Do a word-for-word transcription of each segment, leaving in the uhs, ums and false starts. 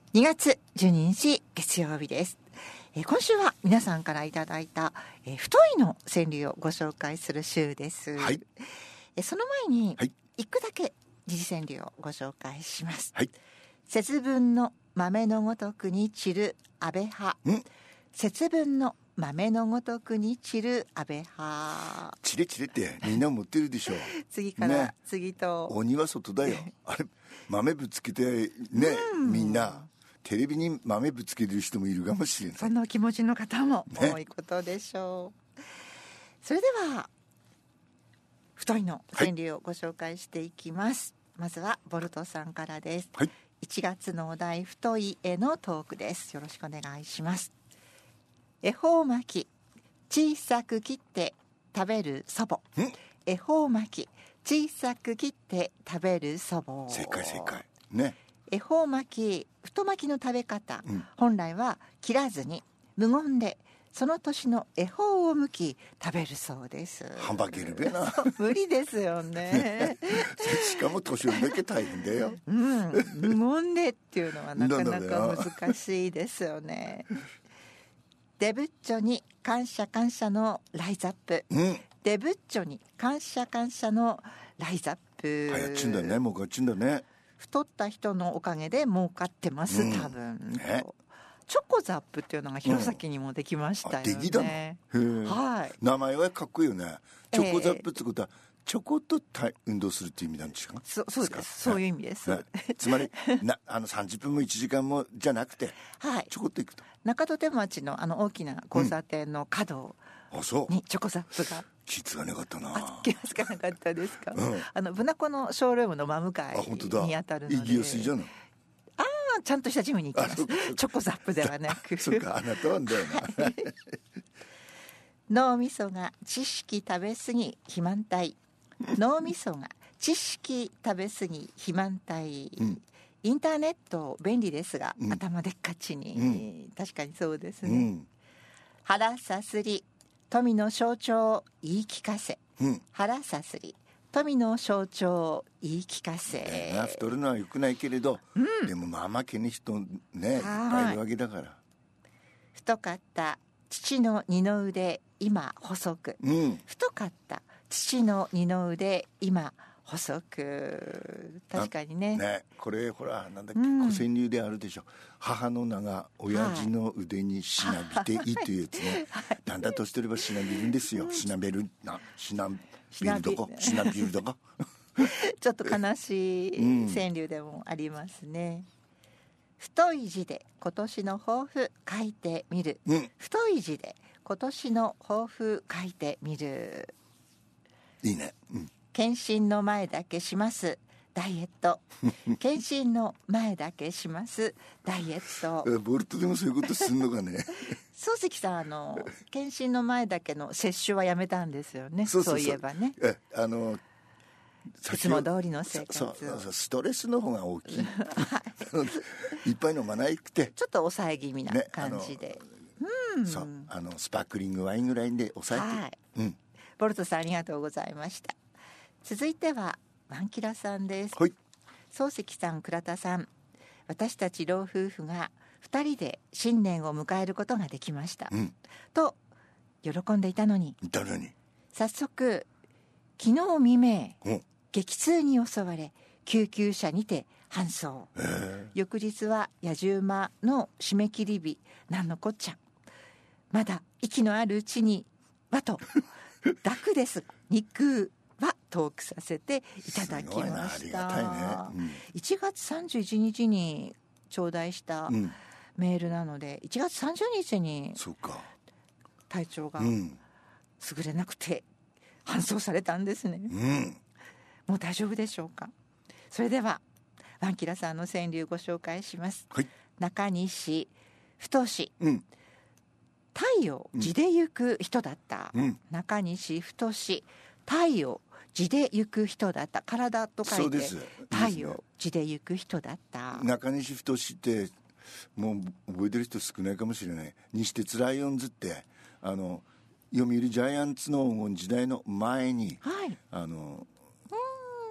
にがつじゅうににち月曜日です。えー、今週は皆さんからいただいた、えー、太いの川柳をご紹介する週です。 はい、 えー、その前に、 はい、 一句だけ時事川柳をご紹介します。 はい、 節分の豆のごとくに散る安倍派。節分の豆のごとくに散る安倍派。 チレチレってみんな持ってるでしょ次から次と、 ね、鬼は外だよあれ豆ぶつけてね、みんなテレビに豆ぶつけてる人もいるかもしれない。 その気持ちの方も多いことでしょう、ね、それでは太いの川柳をご紹介していきます、はい、まずはボルトさんからです、 はい、 いちがつのお題太いへのトークです。よろしくお願いします。恵方巻き小さく切って食べる祖母。恵方巻き小さく切って食べる祖母。 正解正解ね。 恵方巻き太巻きの食べ方、 うん、 本来は切らずに無言でその年の恵方を剥き食べるそうです。 ハンバーゲルベな無理ですよねしかも年寄りだけ大変だよ、 うん、無言でっていうのはなかなか難しいですよねデブッチョに感謝感謝のライズアップ、うん、デブッチョに感謝感謝のライズアップ。 はやっちんだね、儲かっちんだね。 太った人のおかげで儲かってます、うん、多分、ね、チョコザップっていうのが弘前にもできましたよね、うん、できたの、はい、 名前はかっこいいよね。チョコザップってことは、えー、ちょこっと運動するっていう意味なんですか。 そそうです、そういう意味です、 はい、つまりなあのさんじゅっぷんもいちじかんもじゃなくて、はい、ちょこっといくと中土手町のあの大きな交差点の角にチョコザップが、うん、 気づかなかったな。 あ、気がつかなかったですか、うん、あのブナコのショールームの真向かいに当たるので。 行きやすいじゃない。 ああ、ちゃんとしたジムに行きます。チョコザップではなくそうか、あなたはんだよな、はい、 脳みそが知識食べ過ぎ肥満体。脳みそが知識食べ過ぎ肥満体、うん、インターネット便利ですが、うん、頭でっかちに、うん、確かにそうですね、うん、腹さすり富の象徴言い聞かせ、うん、腹さすり富の象徴言い聞かせ、 な太るのは良くないけれど、うん、でもまあまあ気に人ねいっぱいいるわけだから。 太かった父の二の腕今細く、うん、太かった父の二の腕今細く。確かに ね, ねこれほらなんだっけ、うん、古川柳であるでしょ。母の名が親父の腕にしなびていいというやつね、はい、なんだとしてればしなびるんですよ、うん、しなべるなしなびるとこしなびるとこちょっと悲しい川柳でもありますね、うん、太い字で今年の抱負書いてみる、うん、太い字で今年の抱負書いてみる。 いいね、うん、 検診の前だけしますダイエット検診の前だけしますダイエットボルトでもそういうことすんのかね漱石さん、あの検診の前だけの摂取はやめたんですよね。そうそうそう、そういえばね、 えあのいつも通りの生活。 そうそうそう、ストレスの方が大きいいっぱい飲まなくてちょっと抑え気味な感じで、ね、 うん、そうあのスパークリングワインぐらいで抑えて、はい、うん、 ボルトさんありがとうございました。続いてはワンキラさんです。 はい、 漱石さん、倉田さん、私たち老夫婦がふたりで新年を迎えることができました、うん、と喜んでいたのに早速昨日未明、うん、激痛に襲われ救急車にて搬送。翌日は野じ馬の締め切り日。なんのこっちゃ、まだ息のあるうちにはと楽です肉はトークさせていただきました。ありがたいね、うん、いちがつさんじゅういちにちに頂戴したメールなので、うん、いちがつさんじゅうにちに体調が優れなくて搬送されたんですね、うん、もう大丈夫でしょうか。それではワンキラさんの川柳ご紹介します、はい、中西太志、うん、太陽地で行く人だった、うん、中西太志太陽地で行く人だった。体と書いて太陽地で行く人だった。 中西太志ってもう覚えてる人少ないかもしれない。西鉄ライオンズってあの読売ジャイアンツの黄金時代の前に、はい、あの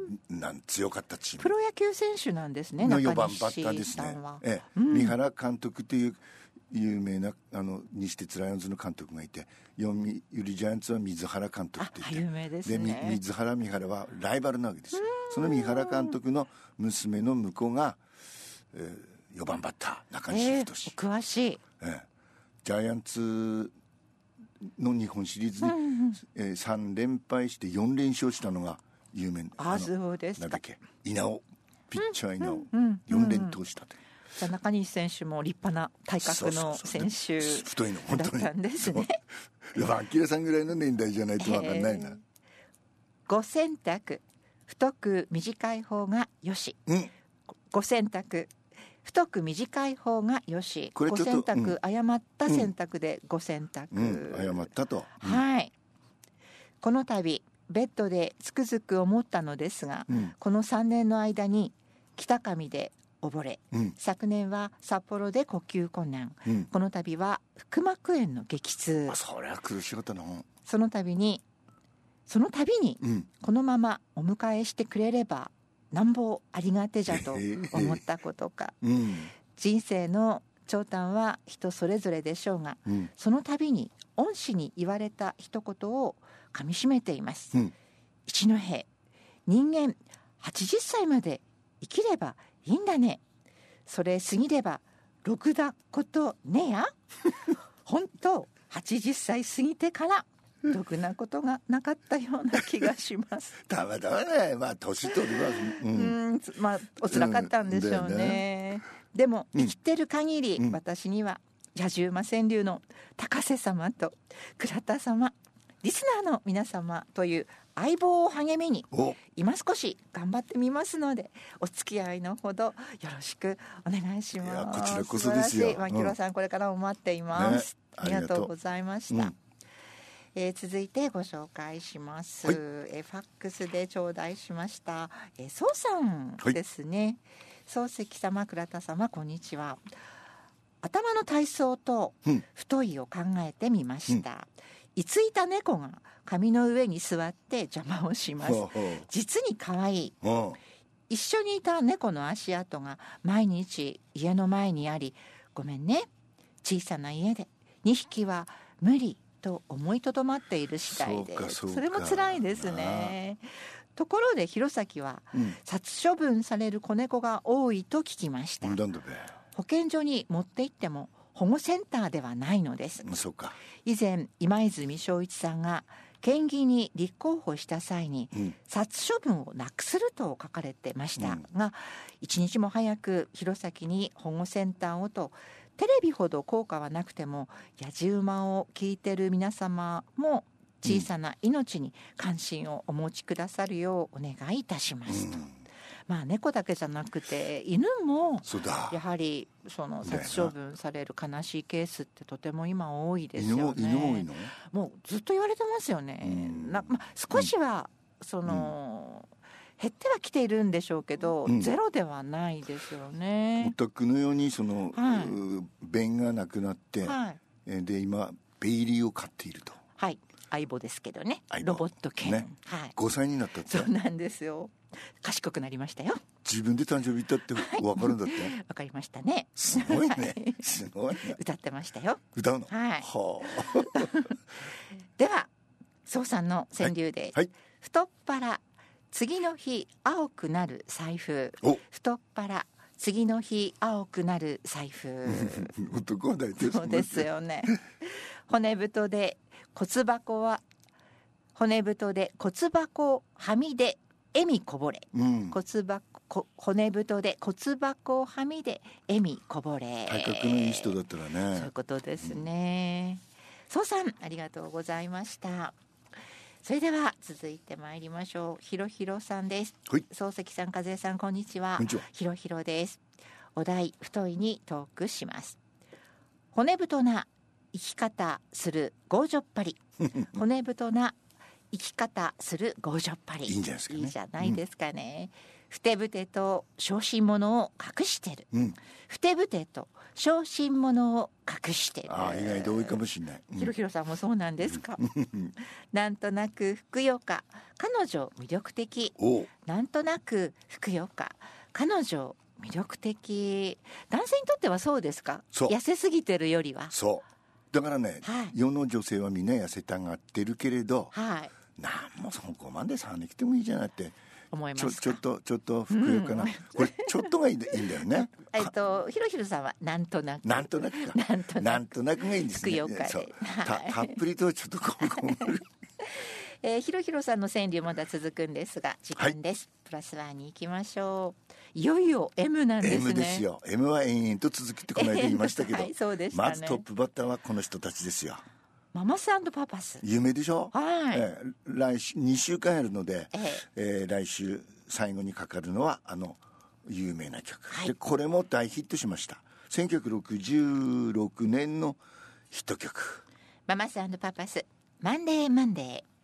なん強かったチーム、 プロ野球選手なんですね。 のよんばんバッターですね、ええ、うん、三原監督という有名なあの西鉄ライオンズの監督がいて、読売ジャイアンツは水原監督って言って、 有名ですね。 で水原三原はライバルなわけですよ。その三原監督の娘の婿が、えー、よんばんバッター中西太、 えー、詳しい、 ええ、ジャイアンツの日本シリーズで、うんうん、えー、さん連敗してよん連勝したのが有名な、 あ、そうですか。 なんだっけ、稲尾ピッチャー稲尾、うんうん、よん連投したという、 じゃあ中西選手も立派な体格の選手太いの本当にだったんですね。 いや、明さんぐらいの年代じゃないと分かんないな。 ご選択、太く短い方がよし、うん、ご選択、太く短い方がよし、これちょっとご選択、うん、誤った選択でご選択、うんうん、誤ったと、 うん、はい。この度ベッドでつくづく思ったのですが、うん、このさんねんの間に北上で溺れ、うん、昨年は札幌で呼吸困難、うん、この度は腹膜炎の激痛、 あ、そりゃ苦しかったな。 その度にその度に、うん、このままお迎えしてくれればなんぼありがてじゃと思ったことか、うん、人生の長短は人それぞれでしょうが、うん、その度に恩師に言われた一言をかみしめています、うん、一戸、人間はちじゅっさいまで生きればいいんだね、それ過ぎればろくだことねや本当はちじゅっさい過ぎてからろくなことがなかったような気がしますたまたまね、まあ年取ります、 うん、うんまあお辛かったんでしょうね、うんね、でも生きてる限り、うん、私には野獣馬川柳の高瀬様と倉田様、リスナーの皆様という相棒を励みに今少し頑張ってみますので、お付き合いのほどよろしくお願いします。いや、 こちらこそですよ。 牧野さん、これからも待っています、ね、ありがとうございました、うん、えー、続いてご紹介します、はい、えー、ファックスで頂戴しました、えー、宋さんですね、はい、漱石様、倉田様、こんにちは。頭の体操と太いを考えてみました、うん、居ついた猫が紙の上に座って邪魔をします。実に可愛い。一緒にいた猫の足跡が毎日家の前にあり、ごめんね、小さな家でにひきは無理と思いとどまっている次第で、 そ, それも辛いですね。ところで弘前は、うん、殺処分される子猫が多いと聞きました。保健所に持って行っても保護センターではないのです。 そうか。 以前今泉正一さんが県議に立候補した際に、うん、殺処分をなくすると書かれてましたが、うん、一日も早く弘前に保護センターをと、テレビほど効果はなくても野獣馬を聞いてる皆様も小さな命に関心をお持ちくださるようお願いいたしますと、うん、まあ、猫だけじゃなくて犬もやはりその殺処分される悲しいケースってとても今多いですよね。 犬も多いの？ もうずっと言われてますよね。な、まあ、少しはその、うん、減ってはきているんでしょうけど、うん、ゼロではないですよね。 お宅のようにその、はい、便がなくなって、はい、で今ベイリーを飼っていると。 はい、相棒ですけどね、ロボット犬、ね、はい、 ごさいになったって。 そうなんですよ。賢くなりましたよ。 自分で誕生日言ったって分かるんだって。わ、 はい、かりましたね。 すごいね。すごいね。 歌ってましたよ。 歌うの。 はい。 はあ、では宋さんの川柳で、はいはい、太っ腹次の日青くなる財布。太っ腹次の日青くなる財布。 男は大体そうですよね。骨太で骨箱は骨太で骨箱はみで笑みこぼれ、うん、骨箱骨太で骨箱はみで笑みこぼれ。 体格のいい人だったらね。 そういうことですね。宋、うん、さん、ありがとうございました。それでは続いてまいりましょう。ひろひろさんです。漱石さん、和江さん、こんにちは。ひろひろです。お題太いにトークします。骨太な生き方する強女っぱり。骨太な生き方する強女っぱり。 いいんじゃないですかね。 いいじゃないですかね、 ふてぶてと小心者を隠してる、うん、ふてぶてと小心者を隠してる。 ああ、意外と多いかもしれない。 ひろひろさんもそうなんですか？なんとなくふくよか、彼女魅力的。なんとなくふくよか、彼女魅力的。男性にとってはそうですか？痩せすぎてるよりは。 そうだからね、はい、世の女性はみんな痩せたがってるけれど、はい、なんもそこまでさんできてもいいじゃないって思いますか？ ちょちょっとちょっとふくよかな、うん、これちょっとがいいんだよね。 えっとひろひろさんはなんとなくなんとなくかなんとなくなんとなくがいいんですね。 ふくよかで、 そう、た, たっぷりとちょっとこうこうえー、ひろひろさんの川柳まだ続くんですが時間です、はい、プラスワンに行きましょう。いよいよ M なんですね。 M ですよ。 M は延々と続きってこの間言いましたけど、 はい、そうでしたね。 まずトップバッターはこの人たちですよ。 ママス&パパス有名でしょ、 はい、 えー、来週にしゅうかんやるので、えーえー、来週最後にかかるのはあの有名な曲、はい、でこれも大ヒットしました。せんきゅうひゃくろくじゅうろくねんのヒット曲。 ママス&パパスマンデーマンデー。